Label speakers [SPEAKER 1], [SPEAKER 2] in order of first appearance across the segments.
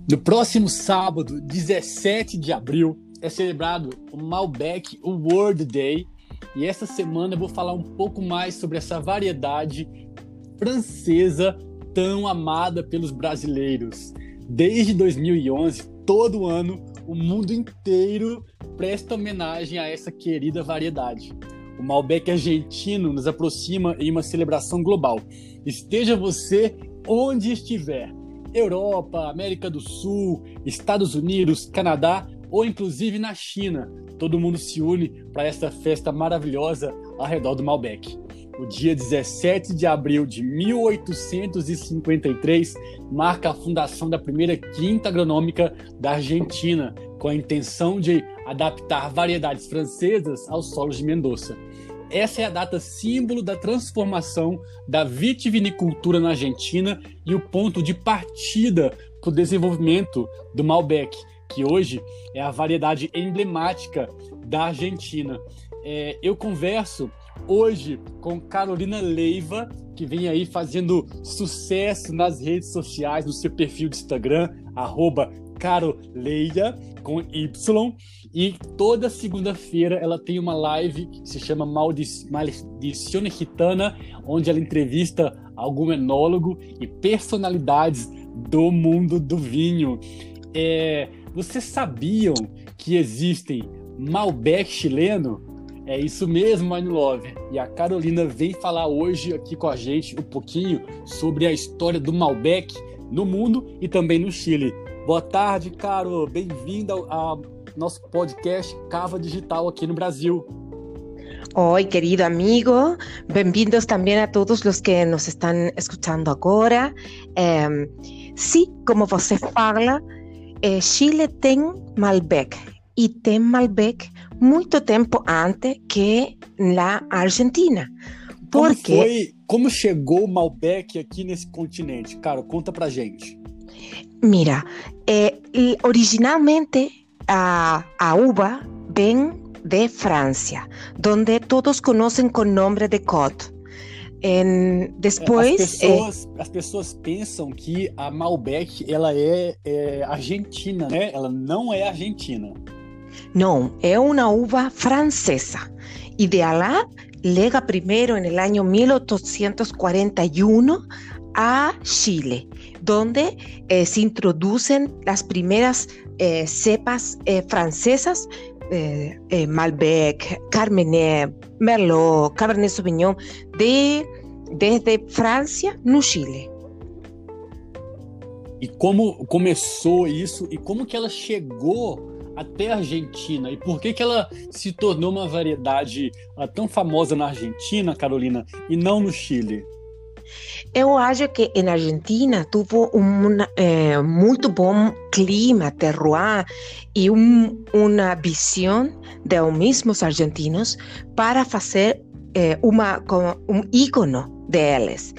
[SPEAKER 1] No próximo sábado, 17 de abril, é celebrado o Malbec World Day. E essa semana eu vou falar um pouco mais sobre essa variedade francesa tão amada pelos brasileiros. Desde 2011, todo ano, o mundo inteiro presta homenagem a essa querida variedade. O Malbec argentino nos aproxima em uma celebração global. Esteja você onde estiver, Europa, América do Sul, Estados Unidos, Canadá ou inclusive na China, todo mundo se une para essa festa maravilhosa ao redor do Malbec. O dia 17 de abril de 1853 marca a fundação da primeira quinta agronômica da Argentina, com a intenção de adaptar variedades francesas aos solos de Mendoza. Essa é a data símbolo da transformação da vitivinicultura na Argentina e o ponto de partida para o desenvolvimento do Malbec, que hoje é a variedade emblemática da Argentina. Eu converso hoje com Carolina Leiva, que vem aí fazendo sucesso nas redes sociais, no seu perfil de Instagram, @caroleia, com Y, e toda segunda-feira ela tem uma live que se chama Maldizione Gitana, onde ela entrevista algum enólogo e personalidades do mundo do vinho. Vocês sabiam que existem Malbec chileno? É isso mesmo, Wine Lover. E a Carolina vem falar hoje aqui com a gente um pouquinho sobre a história do Malbec no mundo e também no Chile. Boa tarde, Caro. Bem-vinda ao nosso podcast Cava Digital aqui no Brasil.
[SPEAKER 2] Oi, querido amigo. Bem-vindos também a todos os que nos estão escutando agora. Sim, como você fala, Chile tem Malbec. E tem Malbec muito tempo antes que na Argentina.
[SPEAKER 1] Como chegou o Malbec aqui nesse continente? Cara, conta pra gente.
[SPEAKER 2] Mira, originalmente a uva vem de Francia, donde todos conhecem com o nome de Côte. Depois,
[SPEAKER 1] as pessoas pensam que a Malbec ela é argentina, né? Ela não é argentina.
[SPEAKER 2] Não, é uma uva francesa. E de lá llega primeiro no ano 1841 a Chile, donde se introduzem as primeiras cepas francesas, Malbec, Carmener, Merlot, Cabernet Sauvignon, desde França no Chile.
[SPEAKER 1] E como começou isso e como que ela chegou até a Argentina? E por que ela se tornou uma variedade tão famosa na Argentina, Carolina, e não no Chile?
[SPEAKER 2] Eu acho que na Argentina teve muito bom clima, terroir e uma visão dos mesmos argentinos para fazer ícono deles.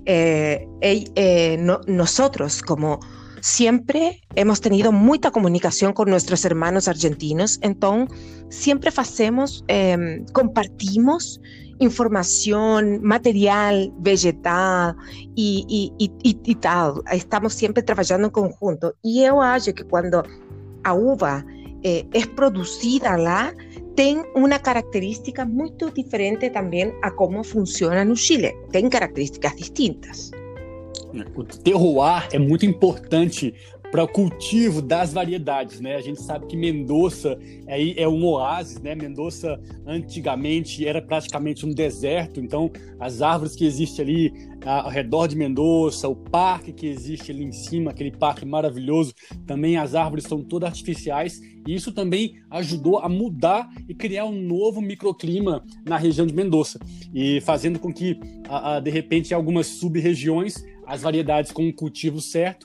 [SPEAKER 2] Nosotros, como siempre hemos tenido mucha comunicación con nuestros hermanos argentinos, entonces siempre compartimos información, material, vegetal y tal. Estamos siempre trabajando en conjunto. Y yo acho que cuando a uva es producida lá, tem uma característica muito diferente também a como funciona no Chile. Tem características distintas.
[SPEAKER 1] O terroir é muito importante para o cultivo das variedades, né? A gente sabe que Mendoza é um oásis, né? Mendoza antigamente era praticamente um deserto, então as árvores que existem ali ao redor de Mendoza, o parque que existe ali em cima, aquele parque maravilhoso, também as árvores são todas artificiais, e isso também ajudou a mudar e criar um novo microclima na região de Mendoza, e fazendo com que, de repente, em algumas sub-regiões, as variedades com o cultivo certo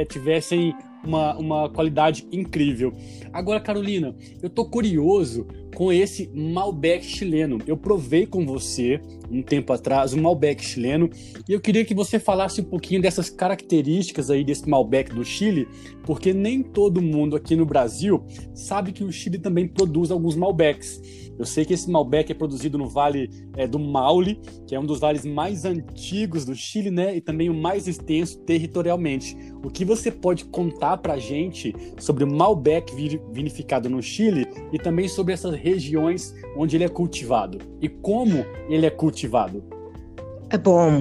[SPEAKER 1] tivessem uma qualidade incrível. Agora, Carolina, eu tô curioso com esse Malbec chileno. Eu provei com você um tempo atrás um Malbec chileno e eu queria que você falasse um pouquinho dessas características aí desse Malbec do Chile, porque nem todo mundo aqui no Brasil sabe que o Chile também produz alguns Malbecs. Eu sei que esse Malbec é produzido no Vale do Maule, que é um dos vales mais antigos do Chile, né? E também o mais extenso territorialmente. O que você pode contar pra gente sobre o Malbec vinificado no Chile e também sobre essas regiões onde ele é cultivado e como ele é cultivado?
[SPEAKER 2] Bom,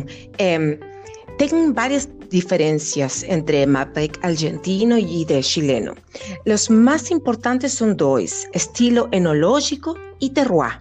[SPEAKER 2] tem várias diferencias entre Malbec argentino y de chileno. Los más importantes son dos, estilo enológico y terroir.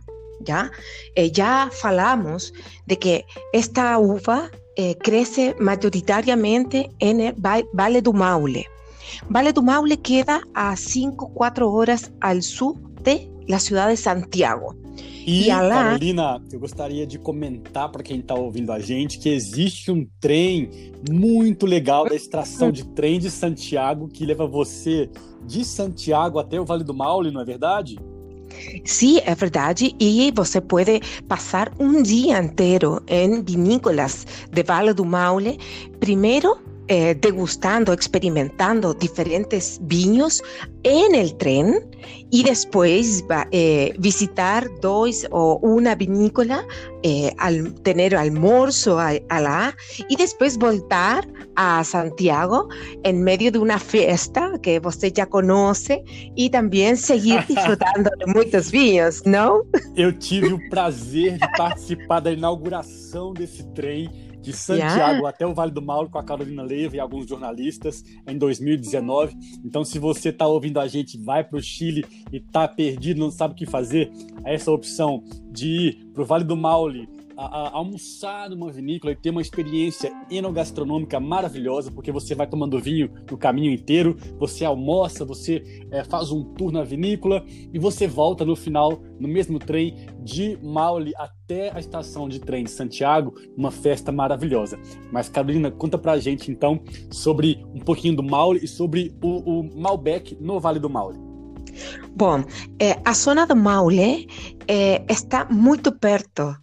[SPEAKER 2] Ya falamos de que esta uva crece mayoritariamente en el Vale do Maule. Vale do Maule queda a 4 horas al sur de la ciudad de Santiago.
[SPEAKER 1] E lá... Carolina, eu gostaria de comentar para quem está ouvindo a gente que existe um trem muito legal da estação de trem de Santiago que leva você de Santiago até o Vale do Maule, não é verdade?
[SPEAKER 2] Sí, es verdad, y você puede pasar un día entero en vinícolas de Vale do Maule, primero degustando, experimentando diferentes vinos en el tren y después visitar 2 o una vinícola, tener almuerzo allá y después voltar a Santiago en medio de una fiesta que usted ya conoce y también seguir disfrutando de muitos vinhos, ¿no?
[SPEAKER 1] Eu tive o prazer de participar da inauguração desse trem de Santiago até o Vale do Maule com a Carolina Leiva e alguns jornalistas em 2019. Então, se você está ouvindo a gente, vai para o Chile e está perdido, não sabe o que fazer, essa opção de ir para o Vale do Maule, almoçar numa vinícola e ter uma experiência enogastronômica maravilhosa, porque você vai tomando vinho no caminho inteiro, você almoça, você faz um tour na vinícola e você volta no final, no mesmo trem, de Maule até a estação de trem de Santiago, uma festa maravilhosa. Mas, Carolina, conta pra gente, então, sobre um pouquinho do Maule e sobre o Malbec no Vale do Maule.
[SPEAKER 2] Bom, a zona do Maule está muito perto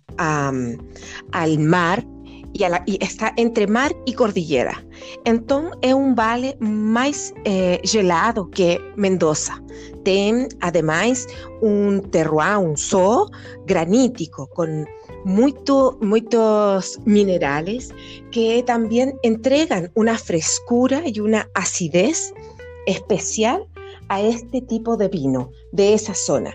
[SPEAKER 2] al mar y está entre mar y cordillera. Entonces es un vale más gelado que Mendoza. Tem además un terroir, un suelo granítico con muchos minerales que también entregan una frescura y una acidez especial a este tipo de vino de esa zona.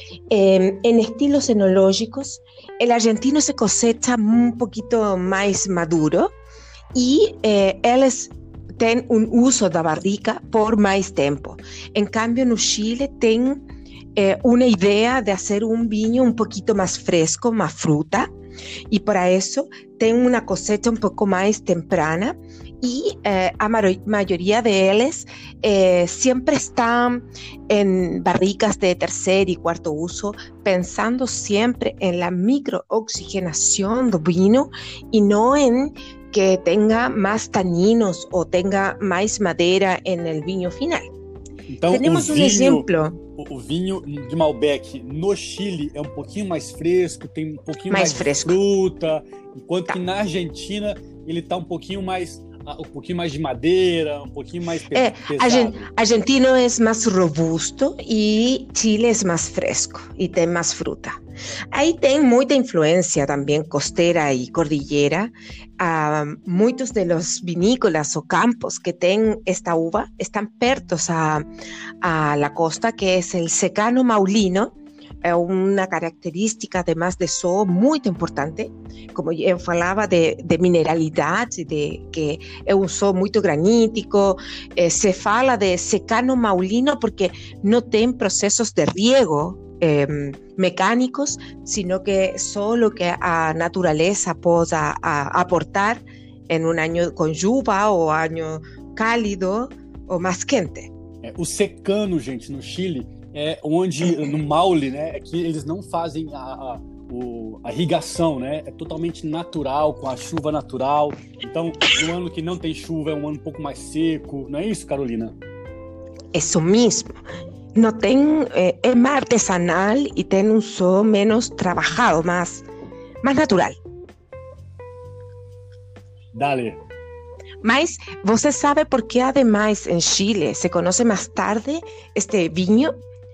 [SPEAKER 2] En estilos enológicos, el argentino se cosecha un poquito más maduro y ellos tienen un uso de barrica por más tiempo. En cambio, en Chile tienen una idea de hacer un vino un poquito más fresco, más fruta, y para eso tienen una cosecha un poco más temprana y a mayoría de ellos siempre están en barricas de tercer y cuarto uso, pensando siempre en la microoxigenación del vino y no en que tenga más taninos o tenga más madera en el vino final.
[SPEAKER 1] Então,
[SPEAKER 2] Tenemos un ejemplo.
[SPEAKER 1] O vinho de Malbec no Chile é um pouquinho mais fresco, tem um pouquinho mais de fruta, enquanto que na Argentina ele está um pouquinho mais de madeira, um pouquinho mais pesado.
[SPEAKER 2] Argentino es más robusto y Chile es más fresco y tiene más fruta. Ahí tem mucha influencia también costera y cordillera. Muchos de los vinícolas o campos que tienen esta uva están pertos a la costa, que es el secano maulino, una característica además de eso muy importante, como yo falaba de mineralidad, de que es un so muy granítico. Se fala de secano maulino porque no tiene procesos de riego mecánicos, sino que solo que a naturaleza pueda aportar en un año con lluvia o año cálido o más quente.
[SPEAKER 1] O secano, gente, no Chile, é onde, no Maule, né, é que eles não fazem a irrigação, né? É totalmente natural, com a chuva natural. Então, no ano que não tem chuva, é um ano um pouco mais seco. Não é isso, Carolina?
[SPEAKER 2] Eso mismo. no tem, es más artesanal y tiene un sabor menos trabajado, más natural.
[SPEAKER 1] Dale.
[SPEAKER 2] Mas você sabe por que, además, em Chile se conhece mais tarde este vinho?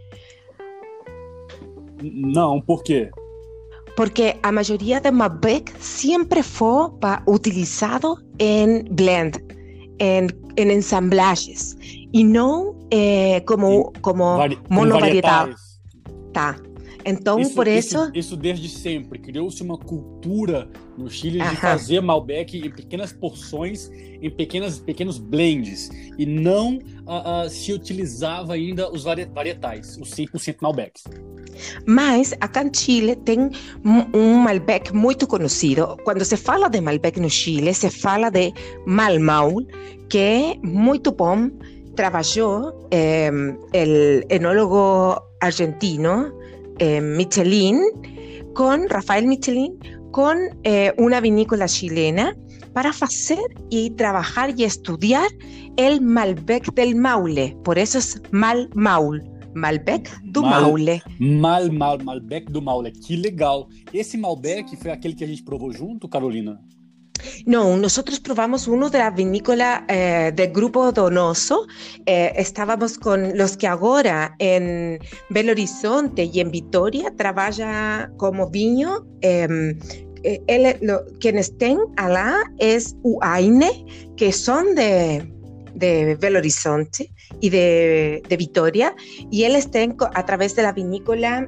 [SPEAKER 1] Não, por quê?
[SPEAKER 2] Porque a maioria de Malbec sempre foi utilizado em blend, em ensamblagens, e não como monovarietal. Tá. Então, por isso...
[SPEAKER 1] Isso desde sempre. Criou-se uma cultura no Chile de fazer Malbec em pequenas porções, em pequenos blends. E não se utilizava ainda os varietais, os 100% Malbecs.
[SPEAKER 2] Mas, acá em Chile, tem Malbec muito conhecido. Quando se fala de Malbec no Chile, se fala de Malmaul, que é muito bom. Trabalhou o enólogo argentino Rafael Michelin, con una vinícola chilena para hacer y trabajar y estudiar el Malbec del Maule. Por eso es Malmaul. Malbec do Maule.
[SPEAKER 1] Malbec do Maule. Que legal. Esse Malbec foi aquele que a gente provou junto, Carolina?
[SPEAKER 2] No, nosotros probamos uno de la vinícola del Grupo Donoso. Estábamos con los que ahora en Belo Horizonte y en Vitoria trabaja como viño. Quienes estén allá es Uaine, que son de Belo Horizonte y de Vitoria, y él está a través de la vinícola...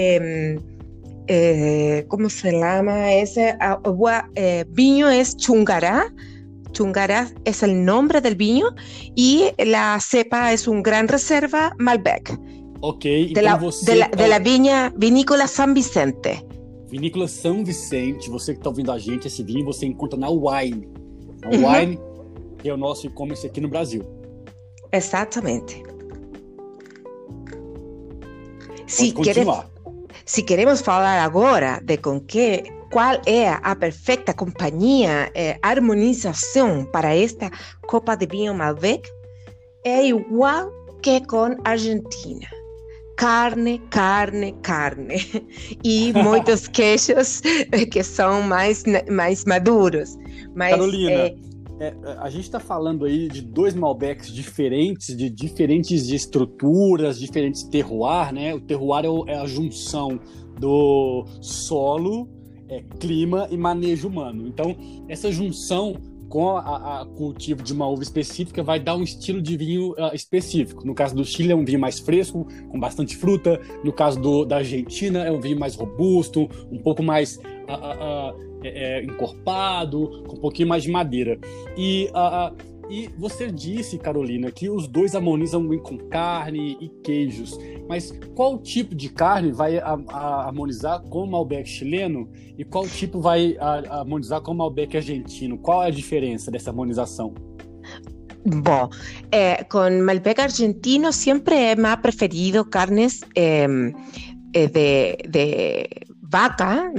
[SPEAKER 2] ¿cómo se llama? Ese viño es Chungará. Chungará es el nombre del viño y la cepa es un gran reserva Malbec.
[SPEAKER 1] Ok.
[SPEAKER 2] De la vinícola San Vicente.
[SPEAKER 1] Vinícola São Vicente. Você que está ouvindo a gente, esse vinho você encontra na Wine. A Wine, que é o nosso e-commerce aqui no Brasil.
[SPEAKER 2] Exatamente.
[SPEAKER 1] Pode continuar.
[SPEAKER 2] Se queremos falar agora de qual é a perfeita companhia, harmonização para esta copa de vinho Malbec, é igual que com Argentina. Carne. E muitos queijos que são mais maduros. Mas,
[SPEAKER 1] Carolina, a gente está falando aí de dois Malbecs diferentes, de diferentes estruturas, diferentes terroir, né? O terroir é a junção do solo, clima e manejo humano. Então, essa junção com a cultivo de uma uva específica vai dar um estilo de vinho específico. No caso do Chile é um vinho mais fresco, com bastante fruta. No caso da Argentina é um vinho mais robusto, um pouco mais encorpado, com um pouquinho mais de madeira. E você disse, Carolina, que os dois harmonizam bem com carne e queijos. Mas qual tipo de carne vai harmonizar com o Malbec chileno e qual tipo vai harmonizar com o Malbec argentino? Qual é a diferença dessa harmonização?
[SPEAKER 2] Bom, com Malbec argentino sempre é mais preferido carnes de vaca,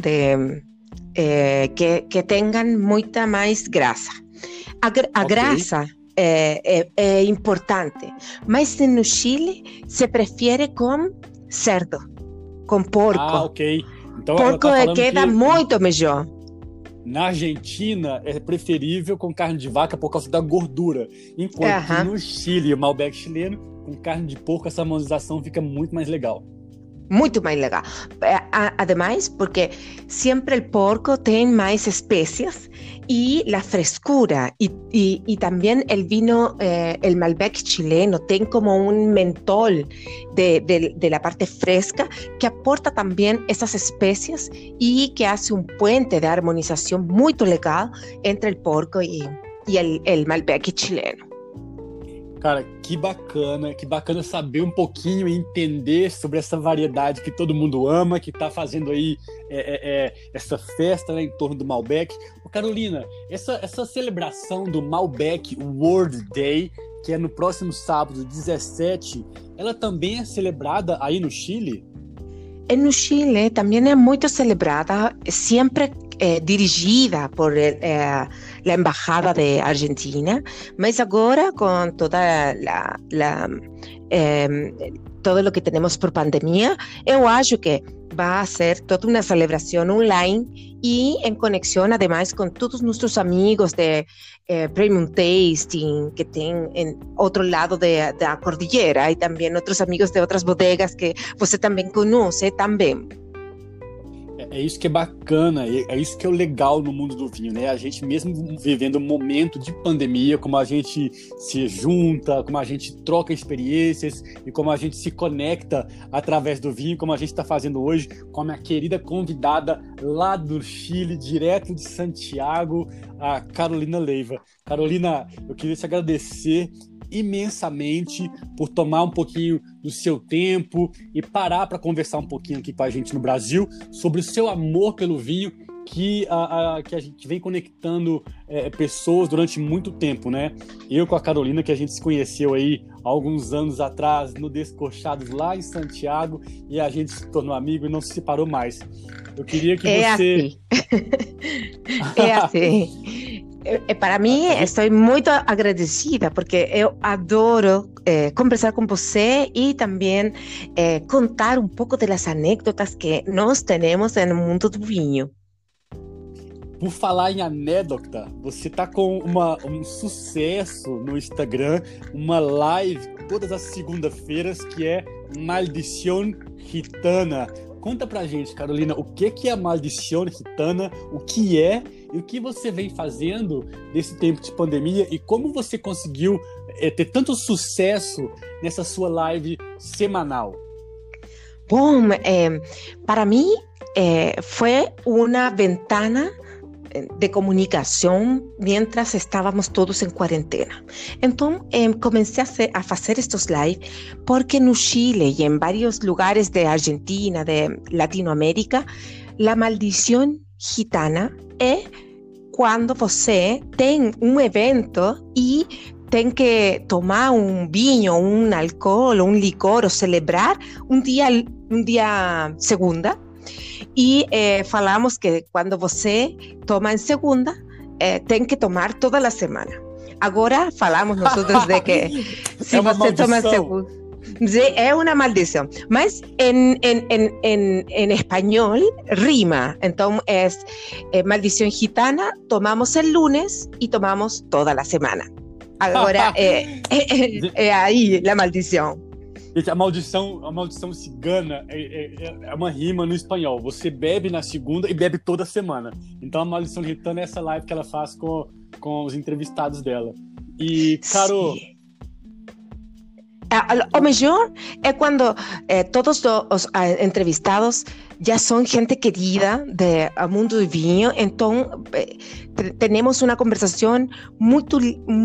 [SPEAKER 2] que tengan mucha más grasa. A grasa é importante, mas no Chile se prefere com cerdo, com porco.
[SPEAKER 1] Ah, ok. Então,
[SPEAKER 2] porco queda muito melhor.
[SPEAKER 1] Na Argentina é preferível com carne de vaca por causa da gordura, enquanto no Chile, o Malbec chileno, com carne de porco, essa harmonização fica muito mais legal.
[SPEAKER 2] Muito mais legal. Además, porque sempre o porco tem mais especias y la frescura y también el vino, el Malbec chileno tiene como un mentol de la parte fresca que aporta también esas especias y que hace un puente de armonización muy legal entre el porco y el Malbec chileno.
[SPEAKER 1] Cara, que bacana saber um pouquinho e entender sobre essa variedade que todo mundo ama, que está fazendo aí essa festa, né, em torno do Malbec. Carolina, essa celebração do Malbec World Day, que é no próximo sábado, 17, ela também é celebrada aí no Chile?
[SPEAKER 2] No Chile também é muito celebrada, sempre dirigida por la Embajada de Argentina, mas agora com toda todo o que temos por pandemia, eu acho que vai ser toda uma celebração online e em conexão, ademais, com todos nossos amigos de Premium Tasting, que tem em outro lado da cordilheira, e também outros amigos de outras bodegas que você também conhece também.
[SPEAKER 1] É isso que é bacana, é isso que é o legal no mundo do vinho, né? A gente mesmo vivendo um momento de pandemia, como a gente se junta, como a gente troca experiências e como a gente se conecta através do vinho, como a gente está fazendo hoje com a minha querida convidada lá do Chile, direto de Santiago, a Carolina Leiva. Carolina, eu queria te agradecer imensamente por tomar um pouquinho do seu tempo e parar para conversar um pouquinho aqui com a gente no Brasil sobre o seu amor pelo vinho que a gente vem conectando pessoas durante muito tempo, né? Eu com a Carolina, que a gente se conheceu aí há alguns anos atrás no Descorchados lá em Santiago, e a gente se tornou amigo e não se separou mais. Eu queria que você...
[SPEAKER 2] É assim. Para mim, estou muito agradecida, porque eu adoro conversar com você e também contar um pouco das anécdotas que nós temos no mundo do vinho.
[SPEAKER 1] Por falar em anedota, você tá com um sucesso no Instagram, uma live todas as segundas-feiras, que é Maldición Gitana. Conta pra gente, Carolina, o que é a Maldición Gitana, o que é e o que você vem fazendo nesse tempo de pandemia e como você conseguiu ter tanto sucesso nessa sua live semanal.
[SPEAKER 2] Bom, para mim foi uma ventana de comunicação mientras estávamos todos em quarentena. Então, comecei a fazer estes lives porque no Chile e em vários lugares de Argentina, de Latinoamérica, a maldição gitana é quando você tem um evento e tem que tomar um vinho, um álcool, um licor, ou celebrar um dia segunda. E falamos que quando você toma em segunda, tem que tomar toda a semana. Agora falamos nós de que se você toma em segunda, é uma maldição. Mas em espanhol rima. Então é maldição gitana, tomamos el lunes e tomamos toda a semana. Agora é aí a maldição.
[SPEAKER 1] A maldição cigana é uma rima no espanhol. Você bebe na segunda e bebe toda semana. Então a maldição gitana é essa live que ela faz com os entrevistados dela. E, Caro...
[SPEAKER 2] O melhor é quando todos os entrevistados já são gente querida do mundo do vinho, então temos uma conversação muito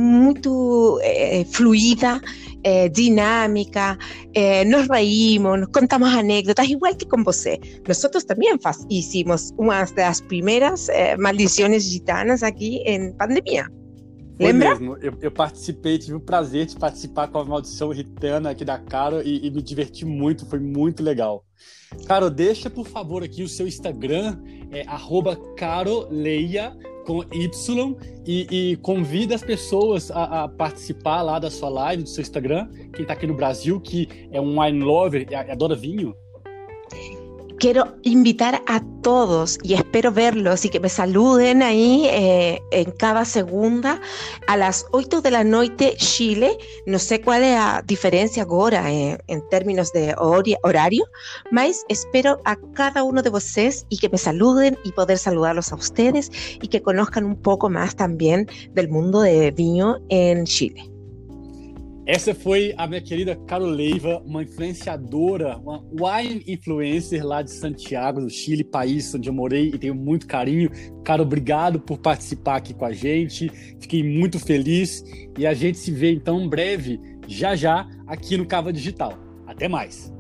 [SPEAKER 2] fluida, dinâmica, nos reímos, nos contamos anécdotas, igual que com você. Nós também hicimos uma das primeiras maldições gitanas aqui em pandemia. Lembra?
[SPEAKER 1] Mesmo. Eu participei, tive o prazer de participar com a Maldição Gitana aqui da Caro e me diverti muito, foi muito legal. Caro, deixa por favor aqui o seu Instagram, @caroleia com Y, e convida as pessoas a participar lá da sua live, do seu Instagram, quem está aqui no Brasil, que é um wine lover e adora vinho.
[SPEAKER 2] Quiero invitar a todos y espero verlos y que me saluden ahí en cada segunda a las 8 de la noite Chile. No sé cuál es la diferencia ahora en términos de horario, mas espero a cada uno de vocês y que me saluden y poder saludarlos a ustedes y que conozcan un poco más también del mundo de vinho en Chile.
[SPEAKER 1] Essa foi a minha querida Caro Leiva, uma influenciadora, uma wine influencer lá de Santiago, do Chile, país onde eu morei e tenho muito carinho. Caro, obrigado por participar aqui com a gente, fiquei muito feliz e a gente se vê então breve, já, aqui no Cava Digital. Até mais!